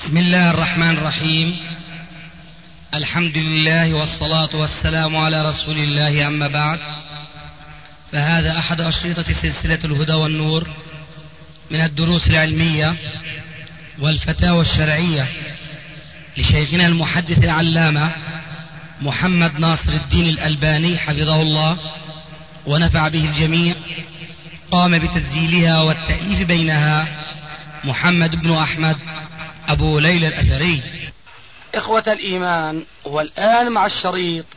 بسم الله الرحمن الرحيم. الحمد لله والصلاة والسلام على رسول الله، أما بعد، فهذا أحد أشرطة سلسلة الهدى والنور من الدروس العلمية والفتاوى الشرعية لشيخنا المحدث العلامة محمد ناصر الدين الألباني حفظه الله ونفع به الجميع. قام بتسجيلها والتأليف بينها محمد بن أحمد أبو ليلى الأثري. إخوة الإيمان، والآن مع الشريط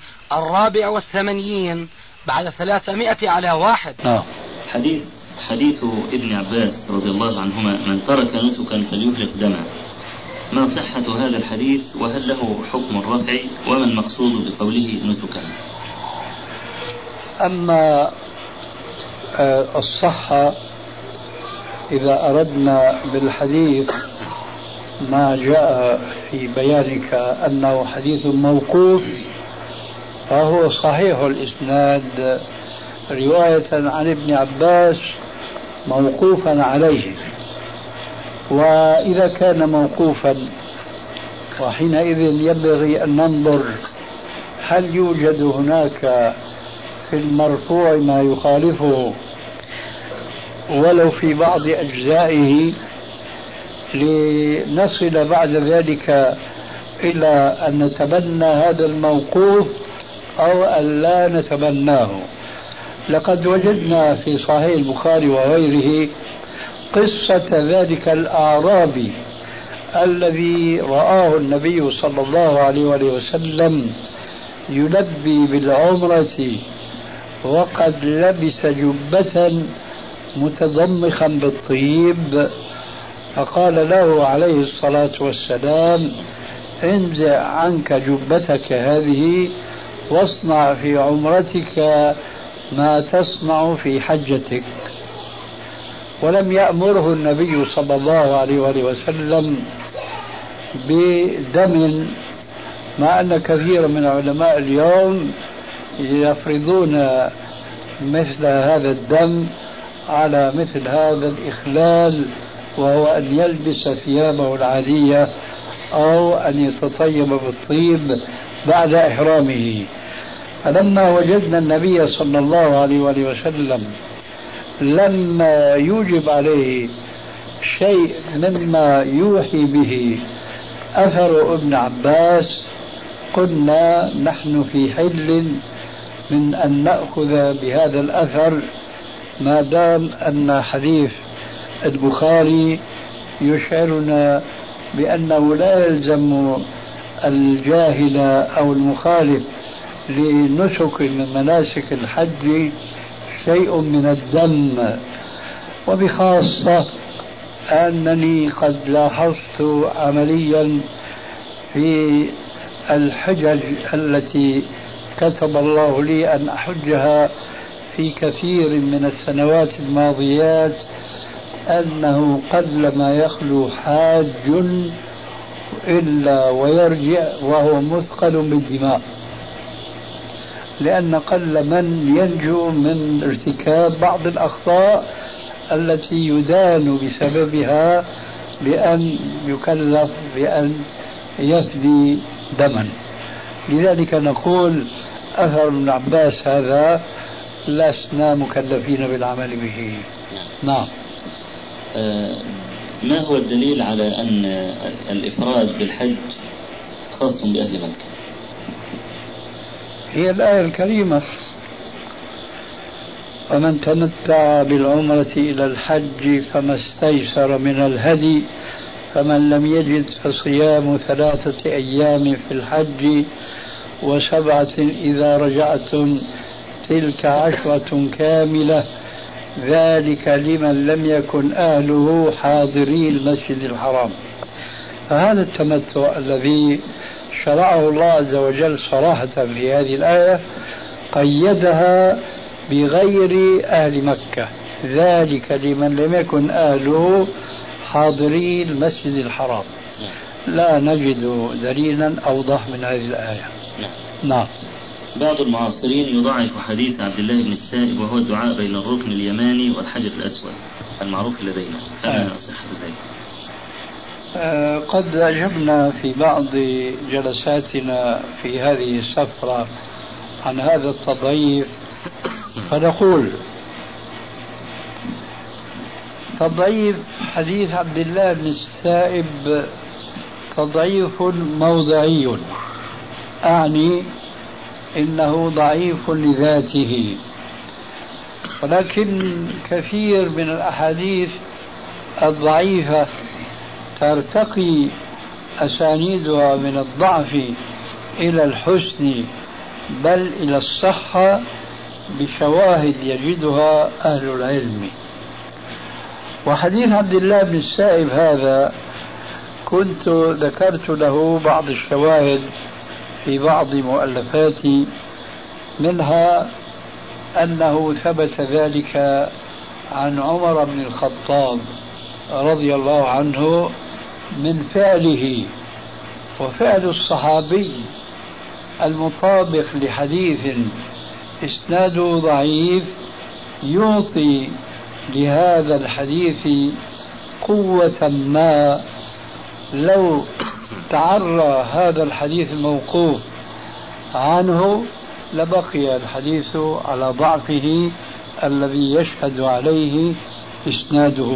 84 بعد 300 على 1. حديث ابن عباس رضي الله عنهما: من ترك نسكا فليهلك دمه. ما صحة هذا الحديث، وهل له حكم الرفع، وما المقصود بقوله نسكا؟ أما الصحة، إذا أردنا بالحديث ما جاء في بيانك أنه حديث موقوف، فهو صحيح الإسناد رواية عن ابن عباس موقوفا عليه. وإذا كان موقوفا، وحينئذ ينبغي أن ننظر هل يوجد هناك في المرفوع ما يخالفه ولو في بعض أجزائه، لنصل بعد ذلك إلى أن نتبنى هذا الموقوف أو أن لا نتبناه. لقد وجدنا في صحيح البخاري وغيره قصة ذلك الأعرابي الذي رآه النبي صلى الله عليه وسلم يلبي بالعمرة وقد لبس جبة متضمخا بالطيب، فقال له عليه الصلاة والسلام: انزع عنك جبتك هذه واصنع في عمرتك ما تصنع في حجتك. ولم يأمره النبي صلى الله عليه وسلم بدم، مع أن كثير من علماء اليوم يفرضون مثل هذا الدم على مثل هذا الإخلال، وهو أن يلبس ثيابه العادية أو أن يتطيب بالطيب بعد إحرامه. فلما وجدنا النبي صلى الله عليه وسلم لما يوجب عليه شيء مما يوحي به أثر ابن عباس، قلنا نحن في حل من أن نأخذ بهذا الأثر، ما دام أن حديث البخاري يشعرنا بأنه لا يلزم الجاهل أو المخالف لنسك من مناسك الحج شيء من الدم. وبخاصة أنني قد لاحظت عمليا في الحجج التي كتب الله لي أن أحجها في كثير من السنوات الماضيات، أنه قلما يخلو حاج إلا ويرجع وهو مثقل بالدماء، لأن قل من ينجو من ارتكاب بعض الأخطاء التي يدان بسببها بأن يكلف بأن يفدي دما. لذلك نقول أثر ابن عباس هذا لسنا مكلفين بالعمل به. نعم. ما هو الدليل على أن الإفراد بالحج خاص بأهل مكة؟ هي الآية الكريمة: ومن تمتع بالعمرة إلى الحج فما استيسر من الهدي فمن لم يجد فصيام 3 أيام في الحج و7 إذا رجعتم تلك 10 كاملة ذلك لمن لم يكن أهله حاضري المسجد الحرام. فهذا التمتع الذي شرعه الله عز وجل صراحة في هذه الآية قيدها بغير أهل مكة، ذلك لمن لم يكن أهله حاضري المسجد الحرام. لا نجد دليلا أوضح من هذه الآية. نعم. بعض المعاصرين يضعف حديث عبد الله بن السائب وهو الدعاء بين الركن اليماني والحجر الأسود المعروف لدينا، فما صحة ذلك؟ قد أجبنا في بعض جلساتنا في هذه السفرة عن هذا التضعيف، فنقول تضعيف حديث عبد الله بن السائب تضعيف موضعي، أعني إنه ضعيف لذاته، ولكن كثير من الأحاديث الضعيفة ترتقي أسانيدها من الضعف إلى الحسن بل إلى الصحة بشواهد يجدها أهل العلم. وحديث عبد الله بن السائب هذا كنت ذكرت له بعض الشواهد في بعض مؤلفاتي، منها أنه ثبت ذلك عن عمر بن الخطاب رضي الله عنه من فعله، وفعل الصحابي المطابق لحديث إسناده ضعيف يعطي لهذا الحديث قوة ما لو تعرى هذا الحديث الموقوف عنه لبقي الحديث على ضعفه الذي يشهد عليه إسناده.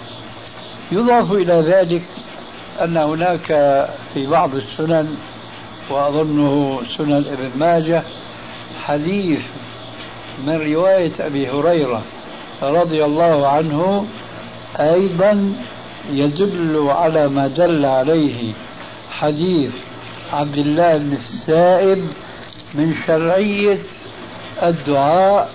يضاف إلى ذلك أن هناك في بعض السنن وأظنه سنن ابن ماجه حديث من رواية أبي هريرة رضي الله عنه أيضا يدل على ما دل عليه حديث عبد الله بن السائب من شرعية الدعاء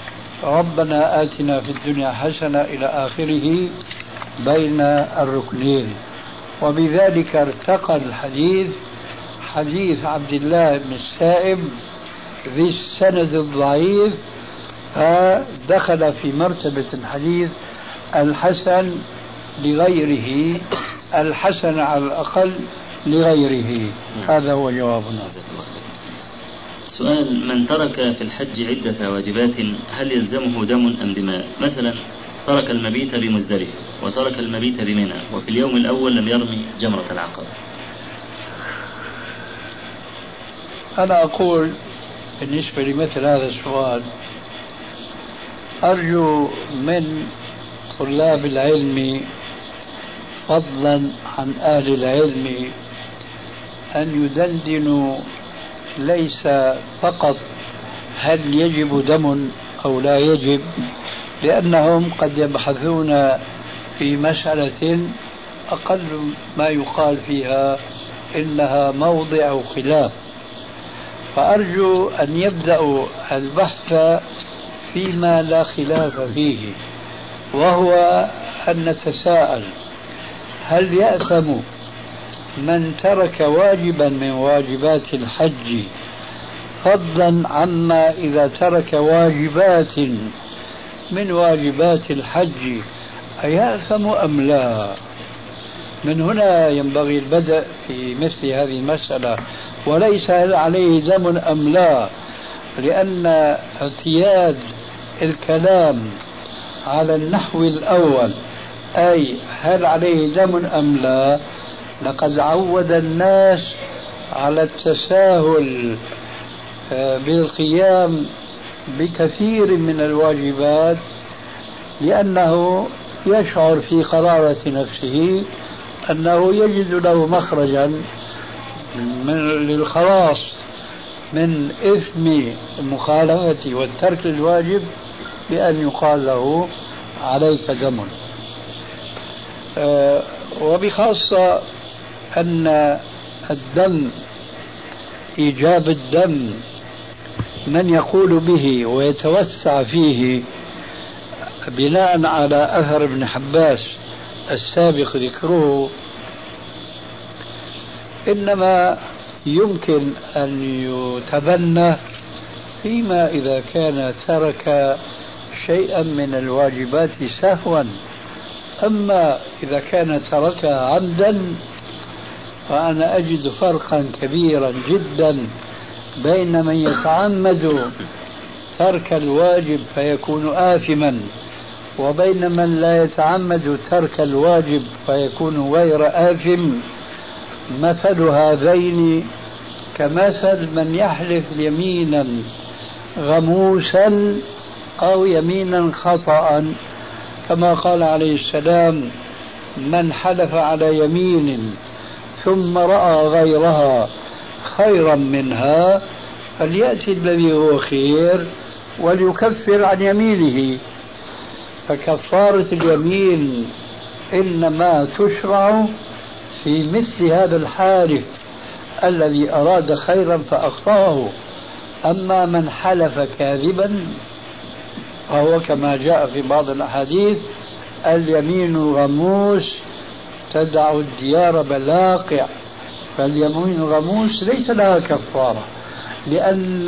ربنا آتنا في الدنيا حسنة إلى آخره بين الركنين، وبذلك ارتقى الحديث حديث عبد الله بن السائب ذي السند الضعيف فدخل في مرتبة الحديث الحسن لغيره، الحسن على الأقل لغيره. هذا هو جوابنا. سؤال: من ترك في الحج عدة واجبات هل يلزمه دم أم دماء؟ مثلا ترك المبيت بمزدلفة وترك المبيت بمنى وفي اليوم الأول لم يرمي جمرة العقبة. أنا أقول بالنسبة لمثل هذا السؤال أرجو من طلاب العلم فضلا عن أهل العلم أن يدندنوا ليس فقط هل يجب دم أو لا يجب، لأنهم قد يبحثون في مسألة أقل ما يقال فيها إنها موضع خلاف، فأرجو أن يبدأوا البحث فيما لا خلاف فيه، وهو أن نتساءل هل يأثم من ترك واجبا من واجبات الحج فضلا عما إذا ترك واجبات من واجبات الحج أيأثم أم لا؟ من هنا ينبغي البدء في مثل هذه المسألة، وليس هل عليه دم أم لا، لأن اعتياد الكلام على النحو الأول أي هل عليه دم أم لا لقد عود الناس على التساهل بالقيام بكثير من الواجبات، لأنه يشعر في قرارة نفسه أنه يجد له مخرجا للخلاص من إثم المخالفة والترك الواجب بأن يقال له عليك دم. وبخاصة أن الدم إيجاب الدم من يقول به ويتوسع فيه بناء على أثر ابن حباس السابق ذكره إنما يمكن أن يتبنى فيما إذا كان ترك شيئا من الواجبات سهوا، أما إذا كان تركها عمدا فأنا أجد فرقا كبيرا جدا بين من يتعمد ترك الواجب فيكون آثما وبين من لا يتعمد ترك الواجب فيكون غير آثم، مثل هذين كمثل من يحلف يمينا غموسا أو يمينا خطأ، كما قال عليه السلام: من حلف على يمين ثم رأى غيرها خيرا منها فليأتي الذي هو خير وليكفر عن يمينه. فكفارة اليمين إنما تشرع في مثل هذا الحالف الذي أراد خيرا فأخطأه. أما من حلف كاذبا فهو كما جاء في بعض الأحاديث: اليمين غموس تدع الديار بلاقع. فاليمين الغموس ليس لها كفارة، لأن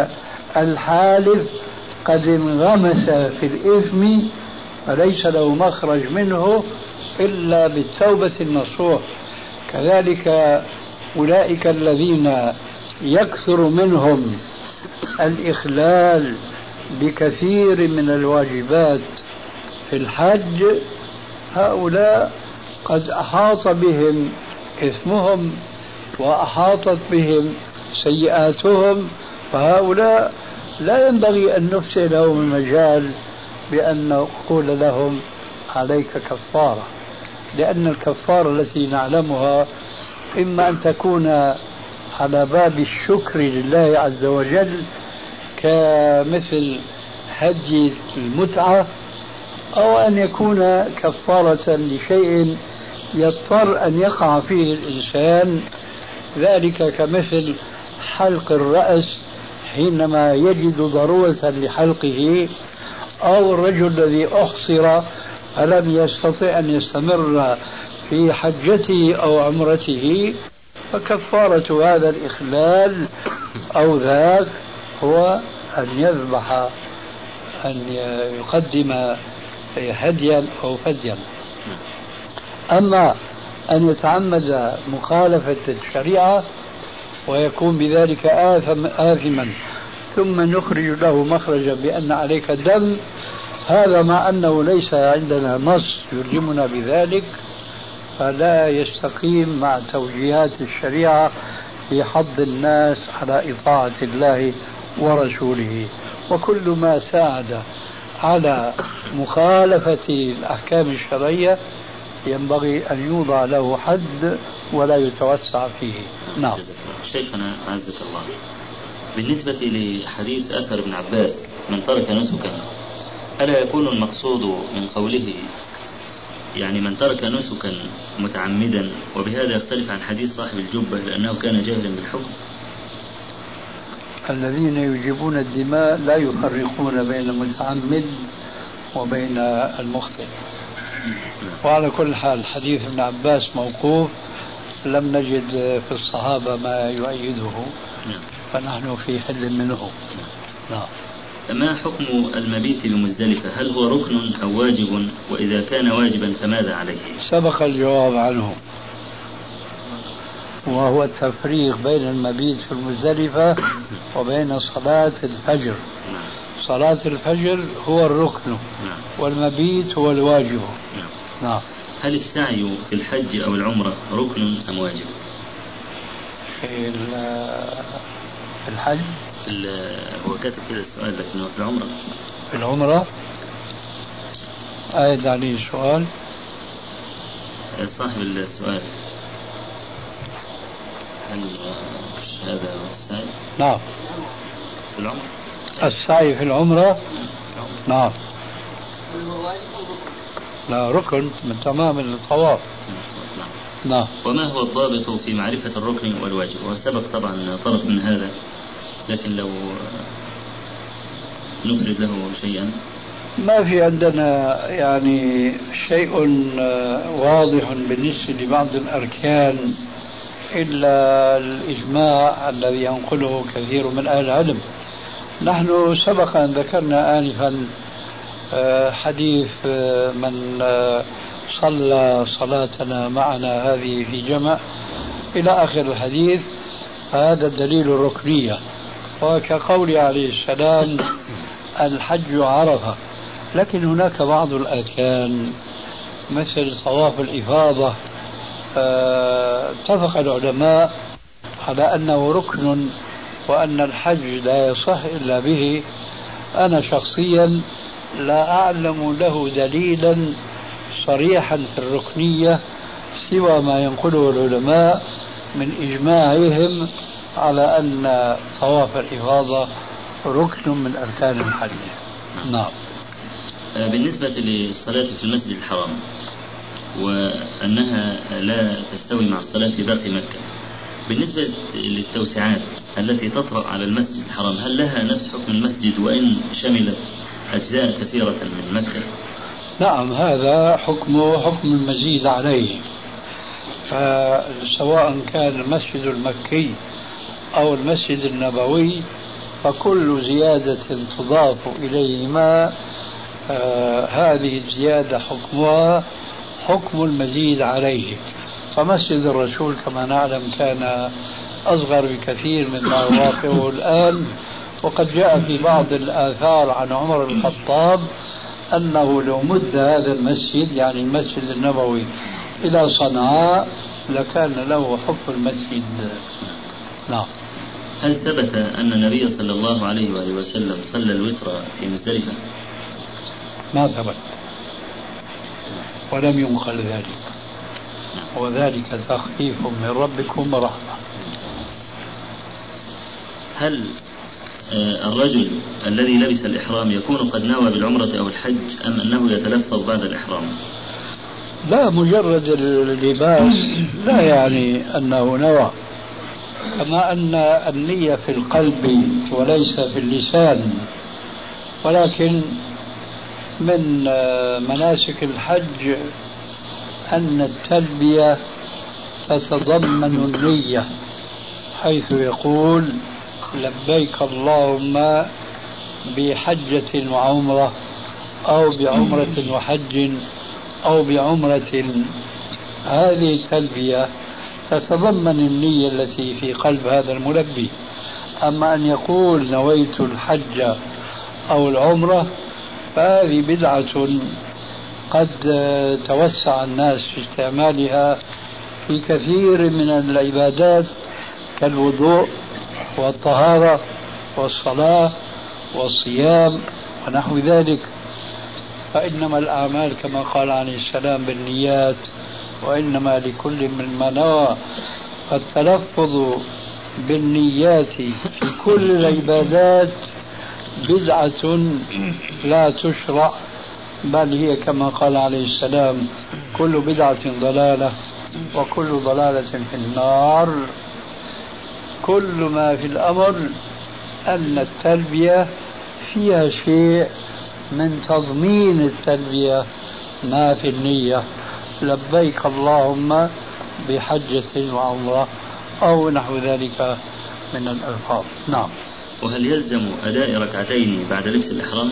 الحالف قد انغمس في الإثم فليس له مخرج منه إلا بالتوبة النصوح. كذلك أولئك الذين يكثر منهم الإخلال بكثير من الواجبات في الحج، هؤلاء قد أحاط بهم إثمهم وأحاطت بهم سيئاتهم، فهؤلاء لا ينبغي أن نفسي لهم المجال بأن نقول لهم عليك كفارة، لأن الكفارة التي نعلمها إما أن تكون على باب الشكر لله عز وجل كمثل هدي المتعة، أو أن يكون كفارة لشيء يضطر أن يقع فيه الإنسان، ذلك كمثل حلق الرأس حينما يجد ضرورة لحلقه، أو الرجل الذي أحصر فلم يستطع أن يستمر في حجته أو عمرته، فكفارة هذا الإخلال أو ذاك هو أن يذبح، أن يقدم هديا أو فديا. أما أن يتعمد مخالفة الشريعة ويكون بذلك آثما ثم نخرج له مخرجا بأن عليك دم، هذا مع أنه ليس عندنا نص يلزمنا بذلك، فلا يستقيم مع توجيهات الشريعة في حض الناس على إطاعة الله ورسوله. وكل ما ساعد على مخالفة الأحكام الشرعية ينبغي أن يوضع له حد ولا يتوسع فيه. نعم. شيخنا عزك الله، بالنسبة لحديث أثر ابن عباس: من ترك نسكا، ألا يكون المقصود من قوله يعني من ترك نسكا متعمدا، وبهذا يختلف عن حديث صاحب الجبة لأنه كان جاهلا بالحكم؟ الذين يجيبون الدماء لا يفرقون بين المتعمد وبين المخطئ. وعلى كل حال حديث ابن عباس موقوف، لم نجد في الصحابة ما يؤيده، فنحن في حل منه. نعم. ما حكم المبيت بمزدلفة؟ هل هو ركن أو واجب؟ وإذا كان واجبا فماذا عليه؟ سبق الجواب عنه، وهو التفريق بين المبيت في المزدلفة وبين صلاة الفجر. صلاة الفجر هو الركن، والمبيت هو الواجب. نعم. هل السعي في الحج أو العمرة ركن أم واجب؟ في الحج هو كاتب كده السؤال، لكنه في العمرة. في العمرة أعد عليه السؤال. صاحب السؤال: هل هذا السعي؟ نعم. في العمرة. السعي في العمرة. نعم. لا، ركن من تمام الطواف. نعم. وما هو الضابط في معرفة الركن والواجب؟ وسبق طبعا طرف من هذا، لكن لو نفرد له شيئا. ما في عندنا يعني شيء واضح بالنسبة لبعض الأركان إلا الإجماع الذي ينقله كثير من أهل العلم. نحن سبق أن ذكرنا آنفا حديث من صلى صلاتنا معنا هذه في جمع إلى آخر الحديث، فهذا الدليل الركنية. وكقول عليه السلام: الحج عرفة، لكن هناك بعض الأركان مثل طواف الإفاضة اتفق العلماء على أنه ركن وأن الحج لا يصح إلا به. أنا شخصيا لا أعلم له دليلا صريحا في الركنية سوى ما ينقله العلماء من إجماعهم على أن طواف الإفاضة ركن من أركان الحج. نعم. بالنسبة للصلاة في المسجد الحرام وأنها لا تستوي مع الصلاة في باقي مكة، بالنسبة للتوسعات التي تطرأ على المسجد الحرام هل لها نفس حكم المسجد وإن شملت أجزاء كثيرة من مكة؟ نعم، هذا حكمه حكم المزيد عليه. فسواء كان المسجد المكي أو المسجد النبوي فكل زيادة تضاف إليهما هذه الزيادة حكمها حكم المزيد عليه. فمسجد الرسول كما نعلم كان أصغر بكثير مما يوافقه الآن، وقد جاء في بعض الآثار عن عمر بن الخطاب أنه لو مد هذا المسجد يعني المسجد النبوي إلى صنعاء لكان له حكم المسجد. نعم. هل ثبت أن النبي صلى الله عليه وآله وسلم صلى الوتر في مزدلفة؟ ما ثبت ولم ينقل ذلك، وذلك تخفيف من ربكم ورحمة. هل الرجل الذي لبس الإحرام يكون قد نوى بالعمرة أو الحج أم أنه يتلفظ بعد الإحرام؟ لا، مجرد اللباس لا يعني أنه نوى، كما أن النية في القلب وليس في اللسان. ولكن من مناسك الحج أن التلبية تتضمن النية، حيث يقول لبيك اللهم بحجة وعمرة أو بعمرة وحج أو بعمرة. هذه التلبية تتضمن النية التي في قلب هذا الملبي. أما أن يقول نويت الحج أو العمرة فهذه بدعة قد توسع الناس في استعمالها في كثير من العبادات كالوضوء والطهارة والصلاة والصيام ونحو ذلك. فإنما الأعمال كما قال عليه السلام بالنيات وإنما لكل من ما نوى. فالتلفظ بالنيات في كل العبادات بدعة لا تشرع، بل هي كما قال عليه السلام كل بدعة ضلالة وكل ضلالة في النار. كل ما في الأمر أن التلبية فيها شيء من تضمين التلبية ما في النية، لبيك اللهم بحجة وعمرة أو نحو ذلك من الألفاظ. نعم. وهل يلزم أداء ركعتين بعد لبس الإحرام؟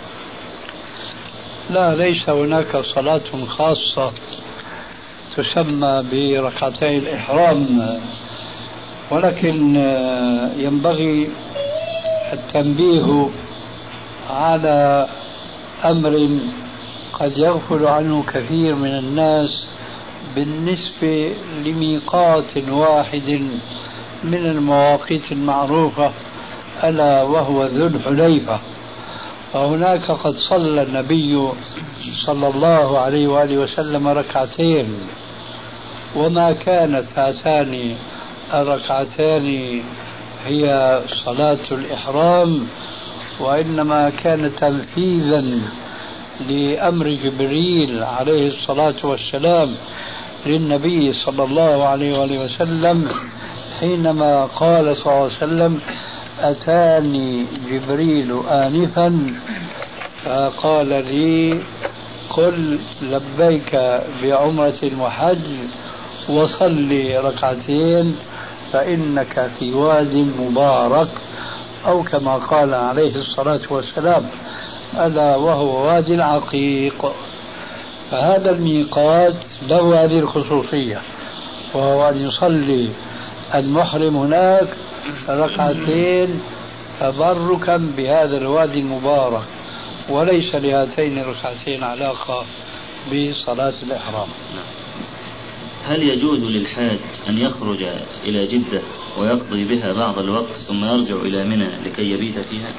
لا، ليس هناك صلاة خاصة تسمى بركعتي الإحرام، ولكن ينبغي التنبيه على أمر قد يغفل عنه كثير من الناس بالنسبة لميقات واحد من المواقيت المعروفة ألا وهو ذو الحليفة. فهناك قد صلى النبي صلى الله عليه وآله وسلم ركعتين، وما كانت هاتان الركعتان هي صلاة الإحرام، وإنما كان تنفيذا لأمر جبريل عليه الصلاة والسلام للنبي صلى الله عليه وآله وسلم حينما قال صلى الله عليه وسلم أتاني جبريل آنفا فقال لي قل لبيك بعمرة وحج وصلي ركعتين فإنك في واد مبارك، أو كما قال عليه الصلاة والسلام ألا وهو واد العقيق. فهذا الميقات له هذه الخصوصية، وهو أن يصلي المحرم هناك ركعتين تبركا بهذا الوادي المبارك. وليس لهاتين الركعتين علاقة بصلاة الإحرام. هل يجوز للحاج أن يخرج إلى جدة ويقضي بها بعض الوقت ثم يرجع إلى منى لكي يبيت فيها؟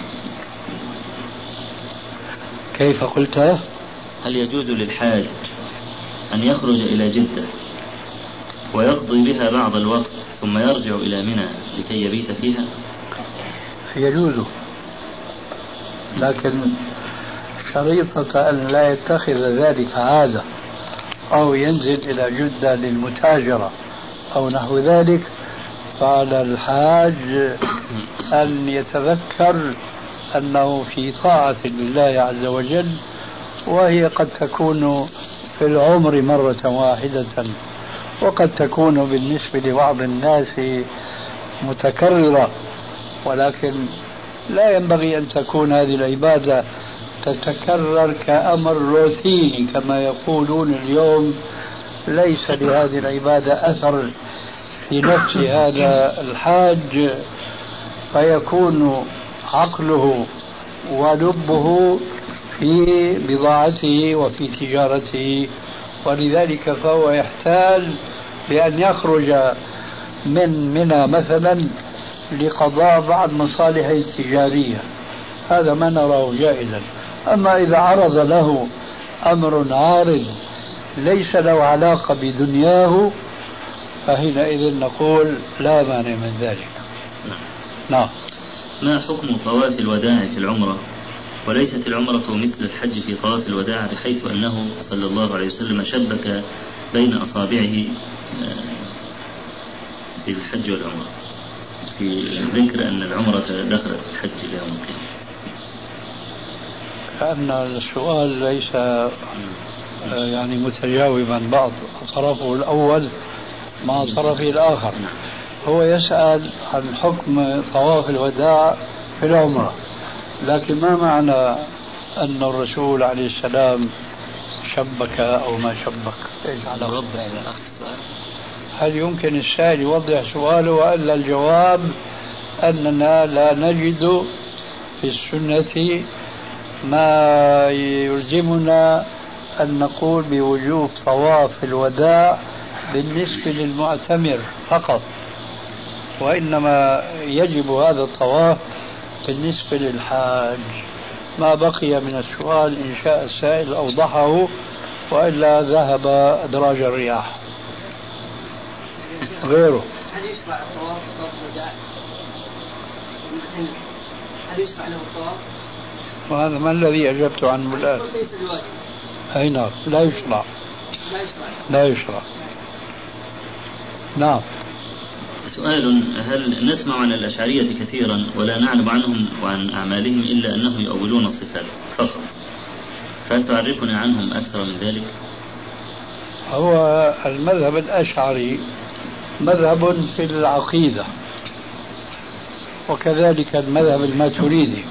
كيف قلت؟ هل يجوز للحاج أن يخرج إلى جدة ويقضي بها بعض الوقت ثم يرجع إلى منى لكي يبيت فيها؟ يجوز، لكن شريطة أن لا يتخذ ذلك عادة أو ينزل إلى جدة للمتاجرة أو نحو ذلك. فعلى الحاج أن يتذكر أنه في طاعة لله عز وجل، وهي قد تكون في العمر مرة واحدة، وقد تكون بالنسبة لبعض الناس متكررة، ولكن لا ينبغي أن تكون هذه العبادة تتكرر كأمر روتيني كما يقولون اليوم. ليس لهذه العبادة أثر في نفس هذا الحاج، فيكون عقله ولبه في بضاعته وفي تجارته، ولذلك فهو يحتاج بأن يخرج من منى مثلا لقضاء بعض مصالحه التجارية. هذا ما نراه جائزا. أما إذا عرض له أمر عارض ليس له علاقة بدنياه فحينئذ نقول لا مانع من ذلك. نعم. ما حكم طواف الوداع في العمرة؟ وليست العمرة مثل الحج في طواف الوداع، بحيث أنه صلى الله عليه وسلم شبك بين أصابعه في الحج والعمرة، في ذكر أن العمرة دخلت في الحج إلى يوم القيامة. كأن السؤال ليس يعني متجاوبا، بعض طرفه الأول مع طرفه الآخر. هو يسأل عن حكم طواف الوداع في العمرة، لكن ما معنى أن الرسول عليه السلام شبك أو ما شبك؟ إيش على هل يمكن السائل يوضح سؤاله؟ وإلا الجواب أننا لا نجد في السنة ما يلزمنا أن نقول بوجوب طواف الوداع بالنسبة للمعتمر فقط، وإنما يجب هذا الطواف بالنسبة للحاج. ما بقي من السؤال إن شاء السائل أوضحه، وإلا ذهب أدراج الرياح. غيره. هل يشرع الطواف طواف الوداع؟ هل يشرع له الطواف؟ وهذا ما الذي أجبت عنه الآن؟ ليس بواجب. أي نعم، لا يشرع. لا يشرع. لا يشرع. نعم. سؤال: هل نسمع عن الأشعرية كثيرا ولا نعلم عنهم وعن أعمالهم إلا أنهم يؤولون الصفات فقط، فهل تعرفنا عنهم أكثر من ذلك؟ هو المذهب الأشعري مذهب في العقيدة، وكذلك المذهب الماتريدي.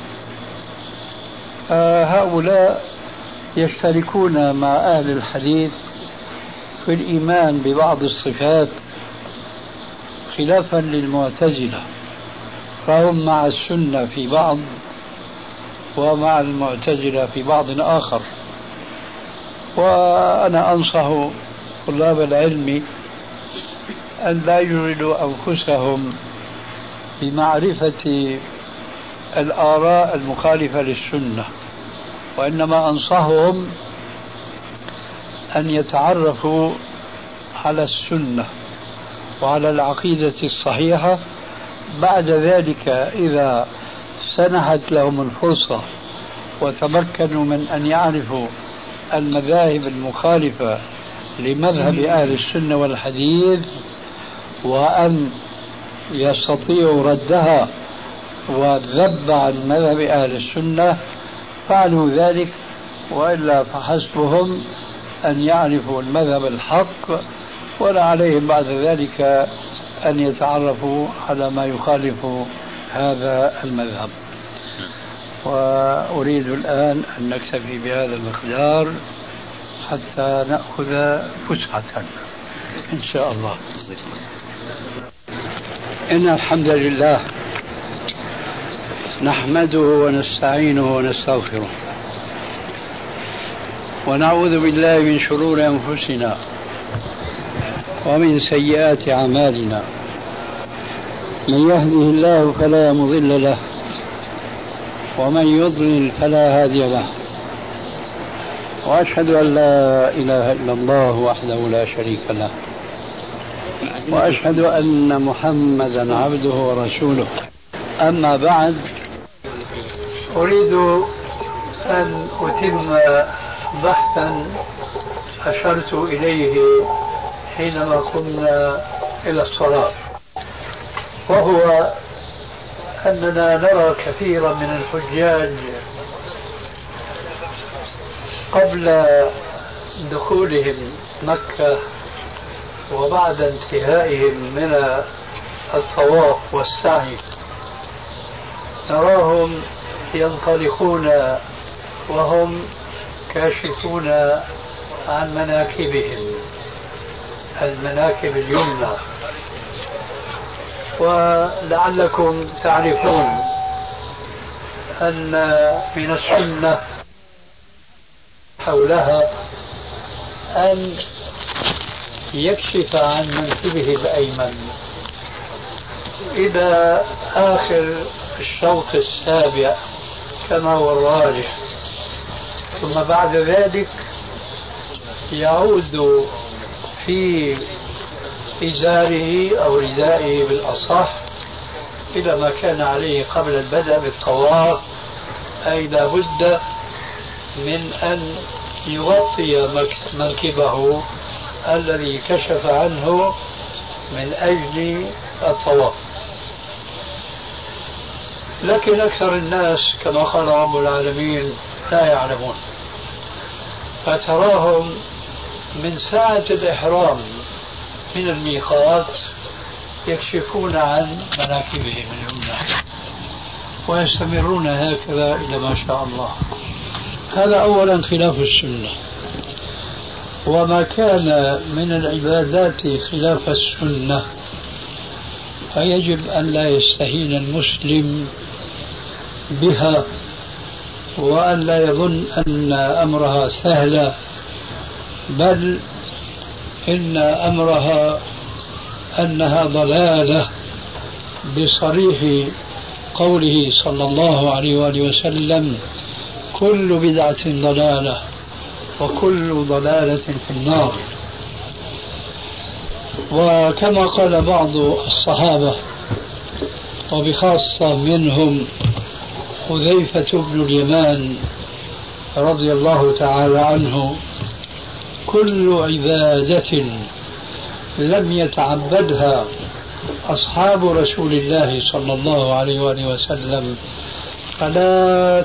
هؤلاء يشتركون مع أهل الحديث في الإيمان ببعض الصفات، خلافا للمعتزلة، فهم مع السنة في بعض ومع المعتزلة في بعض آخر. وأنا أنصح طلاب العلم أن لا يشغلوا أنفسهم بمعرفة الآراء المخالفة للسنة، وإنما أنصحهم أن يتعرفوا على السنة وعلى العقيدة الصحيحة. بعد ذلك إذا سنحت لهم الفرصة وتمكنوا من أن يعرفوا المذاهب المخالفة لمذهب أهل السنة والحديث وأن يستطيعوا ردها والذب عن مذهب أهل السنة، فعلوا ذلك، وإلا فحسبهم أن يعرفوا المذهب الحق، ولا عليهم بعد ذلك أن يتعرفوا على ما يخالف هذا المذهب. وأريد الآن أن نكتفي بهذا المقدار حتى نأخذ فسحة إن شاء الله. إن الحمد لله نحمده ونستعينه ونستغفره ونعوذ بالله من شرور أنفسنا ومن سيئات أعمالنا. من يهده الله فلا مضل له ومن يضلل فلا هادي له، وأشهد أن لا إله إلا الله وحده لا شريك له، وأشهد أن محمدا عبده ورسوله. أما بعد، أريد أن أتم بحثا أشرت إليه حينما قمنا إلى الصلاة، وهو أننا نرى كثيرا من الحجاج قبل دخولهم مكة وبعد انتهائهم من الطواف والسعي نراهم ينطلقون وهم كاشفون عن مناكبهم، المناكب اليمنى. ولعلكم تعرفون أن من السنة حولها أن يكشف عن منكبه الأيمن إلى آخر الشوط السابع كما هو الراجح، ثم بعد ذلك يعود في إزاره أو ردائه بالأصح إلى ما كان عليه قبل البدء بالطواف، أي لا بد من أن يغطي منكبه الذي كشف عنه من أجل الطواف. لكن أكثر الناس كما قال رب العالمين لا يعلمون، فتراهم من ساعة الإحرام من الميقات يكشفون عن مناكبهم اليمنى ويستمرون هكذا إلى ما شاء الله. هذا أولا خلاف السنة، وما كان من العبادات خلاف السنة فيجب أن لا يستهين المسلم بها، وأن لا يظن أن أمرها سهلة، بل إن أمرها أنها ضلالة بصريح قوله صلى الله عليه وآله وسلم: كل بدعة ضلالة وكل ضلالة في النار. وكما قال بعض الصحابة وبخاصة منهم حذيفة بن اليمان رضي الله تعالى عنه: كل عبادة لم يتعبدها أصحاب رسول الله صلى الله عليه وآله وسلم فلا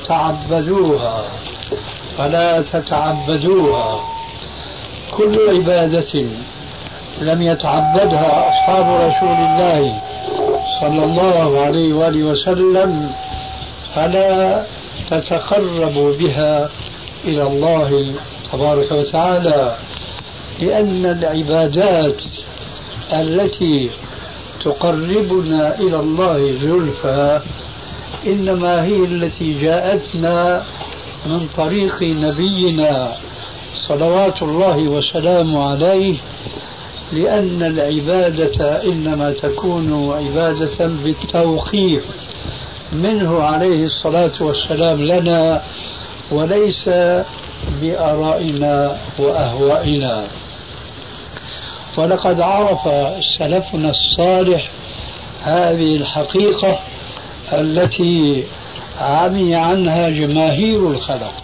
تتعبدوها. كل عبادة لم يتعبدها أصحاب رسول الله صلى الله عليه وآله وسلم فلا تتقربوا بها إلى الله تبارك وتعالى، لأن العبادات التي تقربنا إلى الله زلفى إنما هي التي جاءتنا من طريق نبينا صلوات الله وسلامه عليه، لأن العبادة إنما تكون عبادة بالتوقيف منه عليه الصلاة والسلام لنا، وليس بآرائنا وأهوائنا. ولقد عرف سلفنا الصالح هذه الحقيقة التي عمي عنها جماهير الخلق،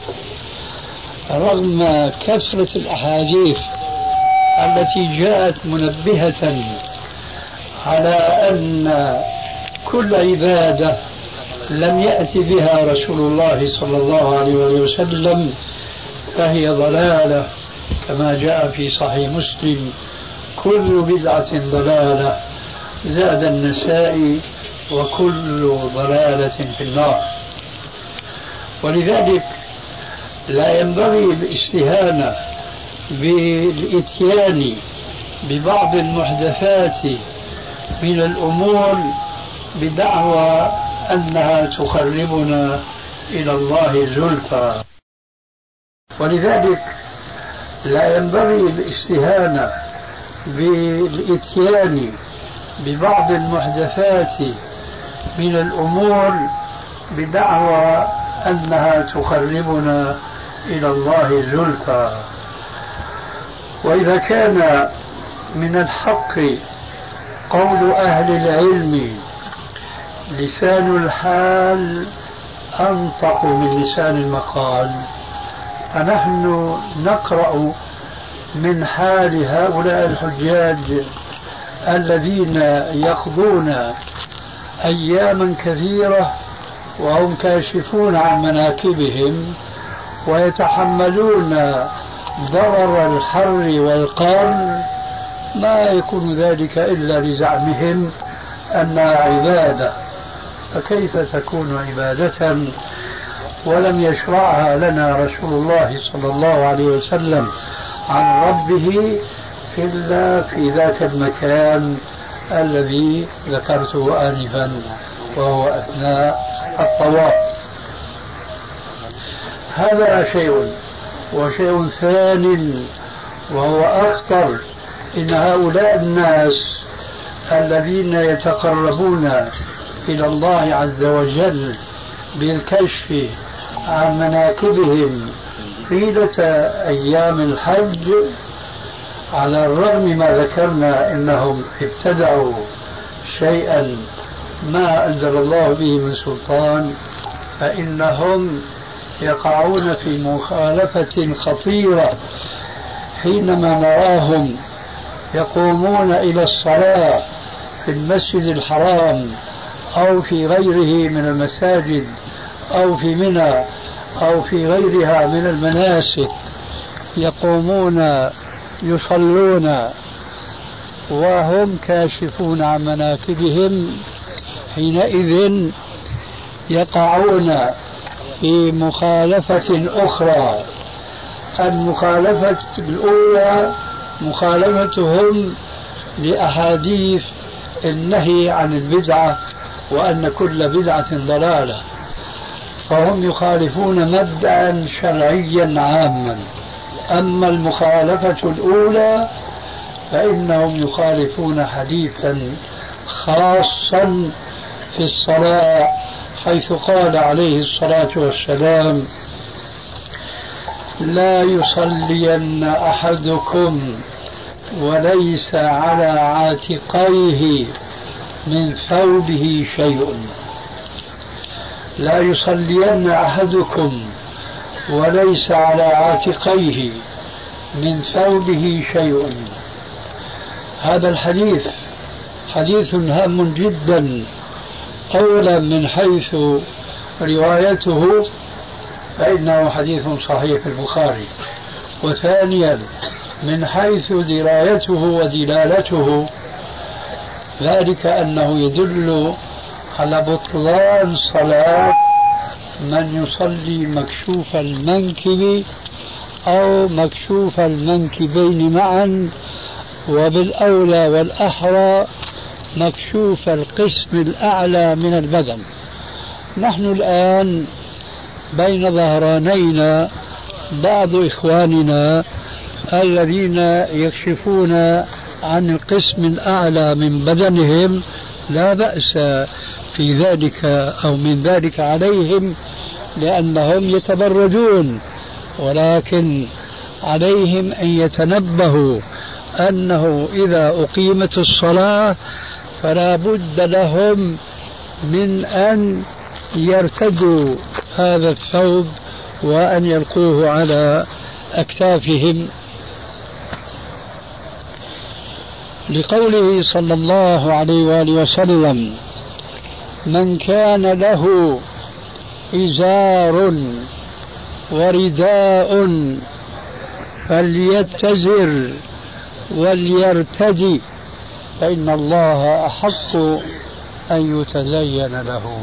رغم كثرة الأحاديث التي جاءت منبهة على أن كل عبادة لم يأتي بها رسول الله صلى الله عليه وسلم فهي ضلالة، كما جاء في صحيح مسلم: كل بدعة ضلالة، زاد النسائي: وكل ضلالة في النار. ولذلك لا ينبغي الاستهانة بالإتيان ببعض المحدثات من الأمور بدعوى أنها تقربنا إلى الله زلفى. ولذلك لا ينبغي الاستهانة بالإتيان ببعض المحدثات من الأمور بدعوى أنها تقربنا إلى الله زلفى. وإذا كان من الحق قول أهل العلم لسان الحال أنطق من لسان المقال، فنحن نقرأ من حال هؤلاء الحجاج الذين يقضون أياما كثيرة وهم كاشفون عن مناكبهم ويتحملون ضرر الحر والقر، ما يكون ذلك إلا لزعمهم أنها عبادة. فكيف تكون عبادة ولم يشرعها لنا رسول الله صلى الله عليه وسلم عن ربه إلا في ذاك المكان الذي ذكرته آنفا وهو أثناء الطواف. هذا شيء. وشيء ثاني وهو أخطر، إن هؤلاء الناس الذين يتقربون إلى الله عز وجل بالكشف عن مناكبهم طيلة أيام الحج، على الرغم ما ذكرنا إنهم ابتدعوا شيئا ما أنزل الله به من سلطان، فإنهم يقعون في مخالفة خطيرة حينما نراهم يقومون إلى الصلاة في المسجد الحرام أو في غيره من المساجد أو في منى أو في غيرها من المناسك، يقومون يصلون وهم كاشفون عن مناكبهم، حينئذ يقعون في مخالفة أخرى. المخالفة الأولى مخالفتهم لأحاديث النهي عن البدعة وأن كل بدعة ضلالة، فهم يخالفون مبدأ شرعيا عاما. أما المخالفة الأولى فإنهم يخالفون حديثا خاصا في الصلاة، حيث قال عليه الصلاة والسلام: لا يصلين أحدكم وليس على عاتقيه من ثوبه شيء. لا يصلين أحدكم وليس على عاتقيه من ثوبه شيء. هذا الحديث حديث هام جدا، أولا من حيث روايته فإنه حديث صحيح في البخاري، وثانيا من حيث درايته ودلالته، ذلك أنه يدل على بطلان صلاة من يصلي مكشوف المنكب أو مكشوف المنكبين معا، وبالأولى والأحرى مكشوف القسم الأعلى من البدن. نحن الآن بين ظهرانينا بعض إخواننا الذين يكشفون عن القسم الأعلى من بدنهم، لا بأس في ذلك أو من ذلك عليهم لأنهم يتبرجون، ولكن عليهم أن يتنبهوا أنه إذا أقيمت الصلاة فلا بد لهم من أن يرتدوا هذا الثوب وأن يلقوه على أكتافهم، لقوله صلى الله عليه وآله وسلم: من كان له إزار ورداء فليتزر وليرتدي فإن الله أحق أن يتزين له.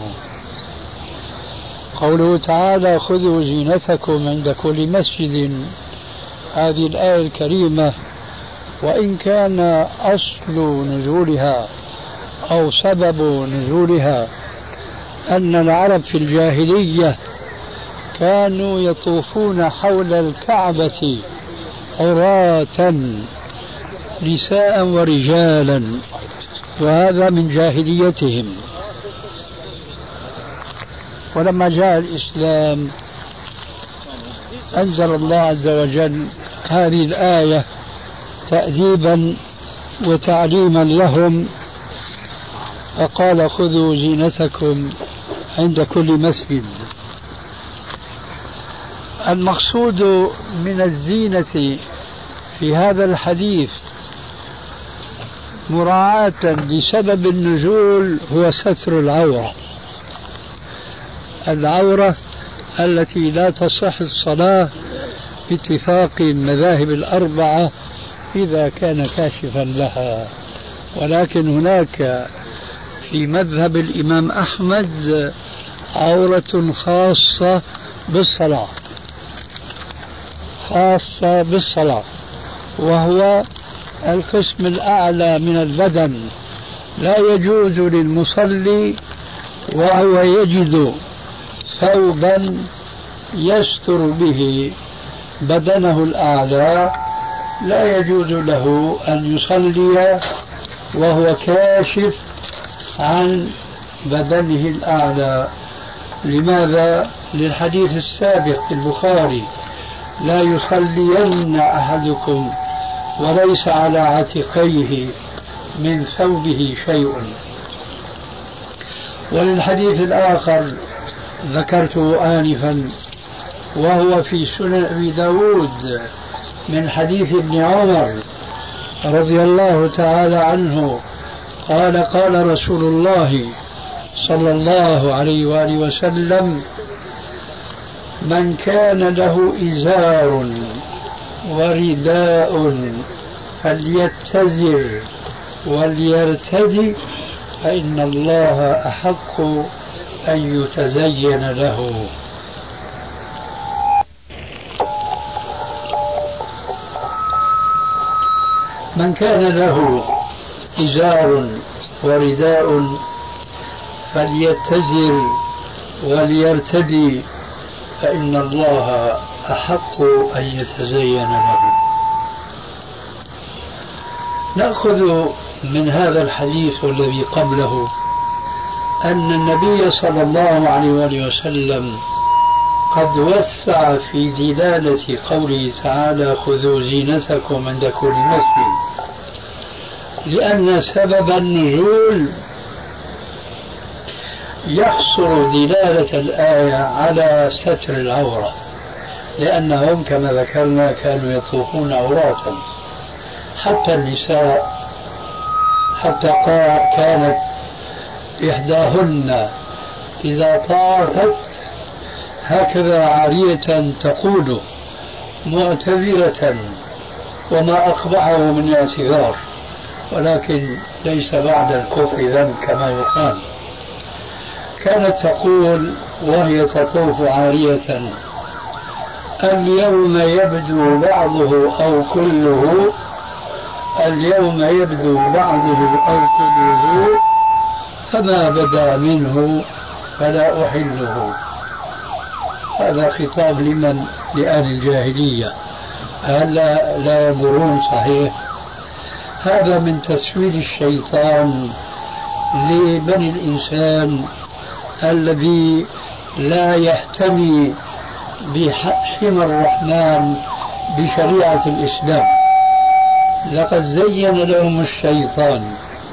قوله تعالى: خذوا زينتكم عند كل مسجد، هذه الآية الكريمة وإن كان أصل نزولها أو سبب نزولها أن العرب في الجاهلية كانوا يطوفون حول الكعبة عراة نساء ورجالا، وهذا من جاهليتهم. ولما جاء الإسلام أنزل الله عز وجل هذه الآية تأديبا وتعليما لهم، فقال خذوا زينتكم عند كل مسجد. المقصود من الزينة في هذا الحديث مراعاة لسبب النزول هو ستر العورة، العورة التي لا تصح الصلاة باتفاق المذاهب الأربعة إذا كان كاشفا لها. ولكن هناك في مذهب الإمام أحمد عورة خاصة بالصلاة، خاصة بالصلاة، وهو القسم الأعلى من البدن، لا يجوز للمصلي وهو يجد ثوبا يستر به بدنه الأعلى، لا يجوز له أن يصلي وهو كاشف عن بدنه الأعلى. لماذا؟ للحديث السابق في البخاري: لا يصلين أحدكم وليس على عاتقيه من ثوبه شيء. وللحديث الآخر ذكرته آنفا وهو في سنن أبي داود من حديث ابن عمر رضي الله تعالى عنه قال: قال رسول الله صلى الله عليه وآله وسلم: من كان له إزار ورداء فليتزر وليرتدي فإن الله أحق أن يتزين له. من كان له إزار ورداء فليتزر وليرتدي فإن الله أحق أن يتزين له. نأخذ من هذا الحديث والذي قبله أن النبي صلى الله عليه وآله وسلم قد وسع في دلالة قوله تعالى: خذوا زينتكم عند كل مسجد، لأن سبب النزول يحصر دلالة الآية على ستر العورة، لأنهم كما ذكرنا كانوا يطوفون عراة، حتى النساء، حتى كانت إحداهن إذا طافت هكذا عارية تقول معتذرة، وما أقبحه من اعتذار، ولكن ليس بعد الكفر ذنب كما يقال. كانت تقول وهي تطوف عارية: اليوم يبدو بعضه أو كله، اليوم يبدو بعضه أو كله، فما بدا منه فلا أحله. هذا خطاب لمن؟ لأهل الجاهلية. هل لا ينظرون؟ صحيح. هذا من تسويل الشيطان لبني الإنسان الذي لا يحتمي بحمى الرحمن بشريعة الإسلام. لقد زين لهم الشيطان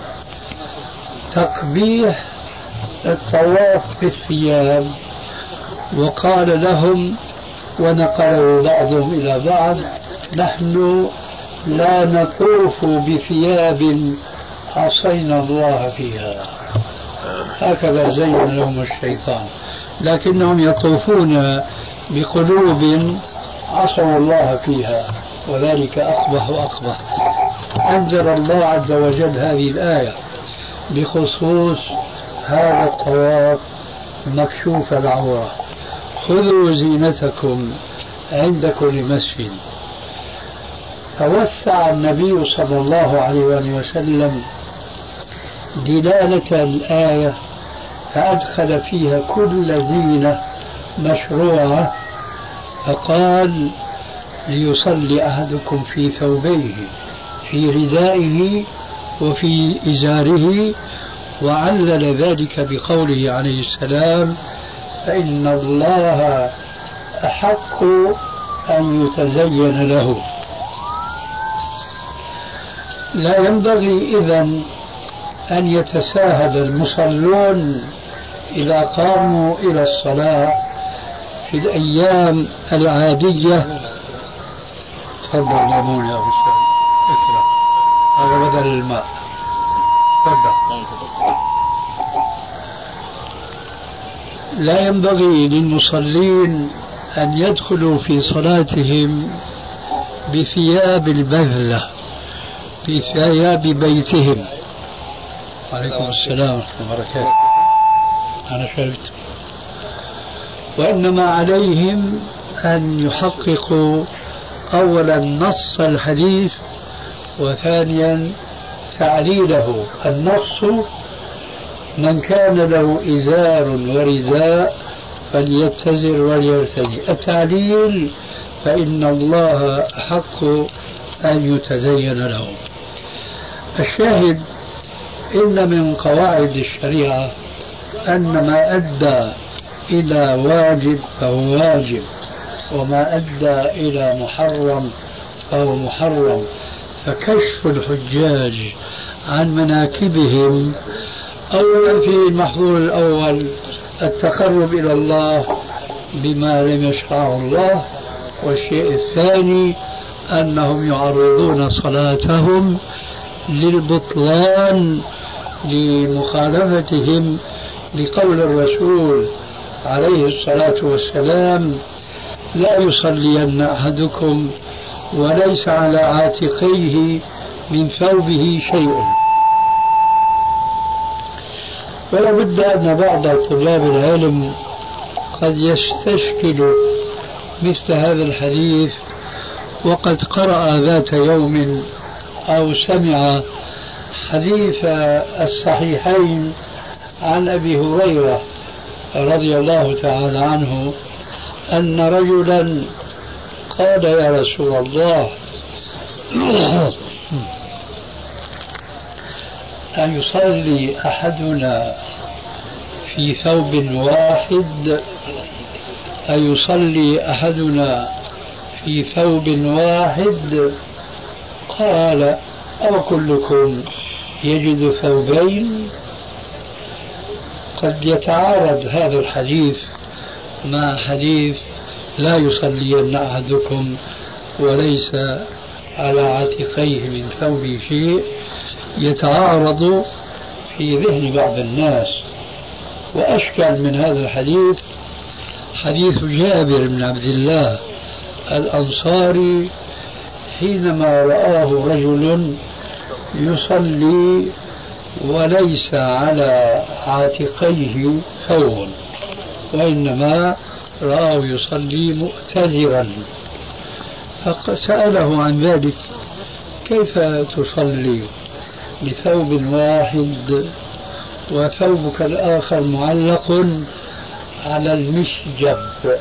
تقبيح الطواف بالثياب، وقال لهم ونقله بعضهم إلى بعض: نحن لا نطوف بثياب عصينا الله فيها. هكذا زين لهم الشيطان، لكنهم يطوفون بقلوب عصوا الله فيها، وذلك أقبح وأقبح. أنزل الله عز وجل هذه الآية بخصوص هذا الطواف مكشوف العورة: خذوا زينتكم عند كل مسجد. فوسع النبي صلى الله عليه وسلم دلالة الآية فأدخل فيها كل زينة مشروعة، فقال ليصلي أحدكم في ثوبيه، في ردائه وفي إزاره، وعلل ذلك بقوله عليه السلام: فإن الله أحق أن يتزين له. لا ينبغي إذن أن يتساهل المصلون إذا قاموا إلى الصلاة في الأيام العادية. تفضل ليمون يا أبو سعيد، اكرم، هذا بدل الماء. تفضل. لا ينبغي للمصلين أن يدخلوا في صلاتهم بثياب البذلة، في ثياب بيتهم. وعليكم السلام ورحمة الله وبركاته. أنا شربت. وإنما عليهم أن يحققوا أولا نص الحديث، وثانيا تعليله. النص: من كان له إزار ورداء فليتزر وليرتدي. التعليل: فإن الله أحق أن يتزين له. الشاهد: إن من قواعد الشريعة أن ما أدى إلى واجب فهو واجب، وما أدى إلى محرم فهو محرم. فكشف الحجاج عن مناكبهم أولا في المحظور الأول التقرب إلى الله بما لم يشرعه الله، والشيء الثاني أنهم يعرضون صلاتهم للبطلان لمخالفتهم لقول الرسول عليه الصلاة والسلام: لا يصلين أحدكم وليس على عاتقيه من ثوبه شيء. ولا بد أن بعض طلاب العلم قد يستشكل مثل هذا الحديث وقد قرأ ذات يوم أو سمع حديث الصحيحين عن أبي هريرة رضي الله تعالى عنه أن رجلا قال: يا رسول الله، أيصلي أحدنا في ثوب واحد؟ أيصلي أحدنا في ثوب واحد؟ قال: أو كلكم يجد ثوبين؟ قد يتعارض هذا الحديث مع حديث: لا يصلين أحدكم وليس على عاتقيه من ثوبه شيء، يتعارض في ذهن بعض الناس. وأشكل من هذا الحديث حديث جابر بن عبد الله الأنصاري حينما رآه رجل يصلي وليس على عاتقيه ثوب، وإنما رآه يصلي مؤتزرا، فسأله عن ذلك: كيف تصلي بثوب واحد وثوبك الآخر معلق على المشجب؟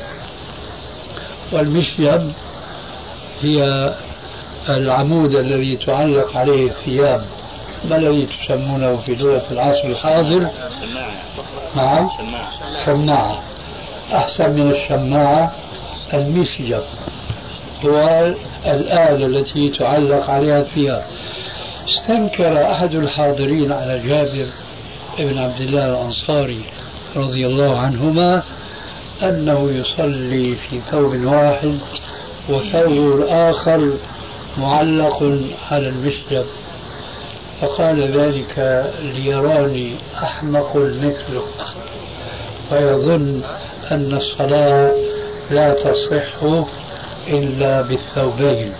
والمشجب هي العمود الذي تعلق عليه الثياب، ما الذي تسمونه في لغة العصر الحاضر؟ نعم، شماعة. أحسن من الشماعة المشجب، هو الآلة التي تعلق عليها الثياب. استنكر أحد الحاضرين على جابر بن عبد الله الأنصاري رضي الله عنهما أنه يصلي في ثوب واحد وثوب الآخر معلق على المشجب، فقال: ذلك ليراني أحمق مثله ويظن أن الصلاة لا تصح إلا بالثوبين.